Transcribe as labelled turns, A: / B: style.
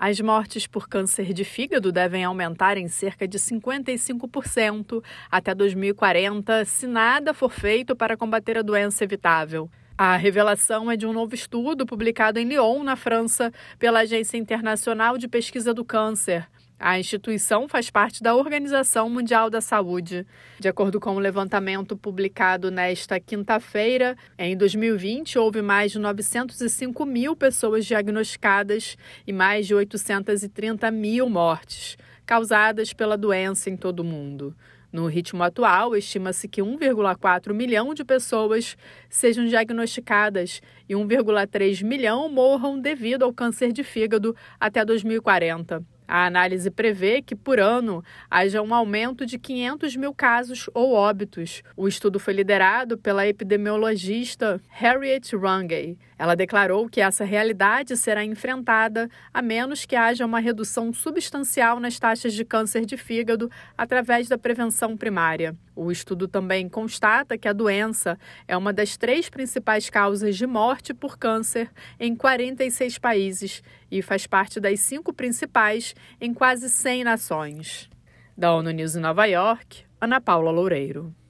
A: As mortes por câncer de fígado devem aumentar em cerca de 55% até 2040, se nada for feito para combater a doença evitável. A revelação é de um novo estudo publicado em Lyon, na França, pela Agência Internacional de Pesquisa do Câncer. A instituição faz parte da Organização Mundial da Saúde. De acordo com o levantamento publicado nesta quinta-feira, em 2020 houve mais de 905 mil pessoas diagnosticadas e mais de 830 mil mortes causadas pela doença em todo o mundo. No ritmo atual, estima-se que 1,4 milhão de pessoas sejam diagnosticadas e 1,3 milhão morram devido ao câncer de fígado até 2040. A análise prevê que, por ano, haja um aumento de 500 mil casos ou óbitos. O estudo foi liderado pela epidemiologista Harriet Rungey. Ela declarou que essa realidade será enfrentada a menos que haja uma redução substancial nas taxas de câncer de fígado através da prevenção primária. O estudo também constata que a doença é uma das 3 principais causas de morte por câncer em 46 países e faz parte das 5 principais em quase 100 nações. Da ONU News em Nova York, Ana Paula Loureiro.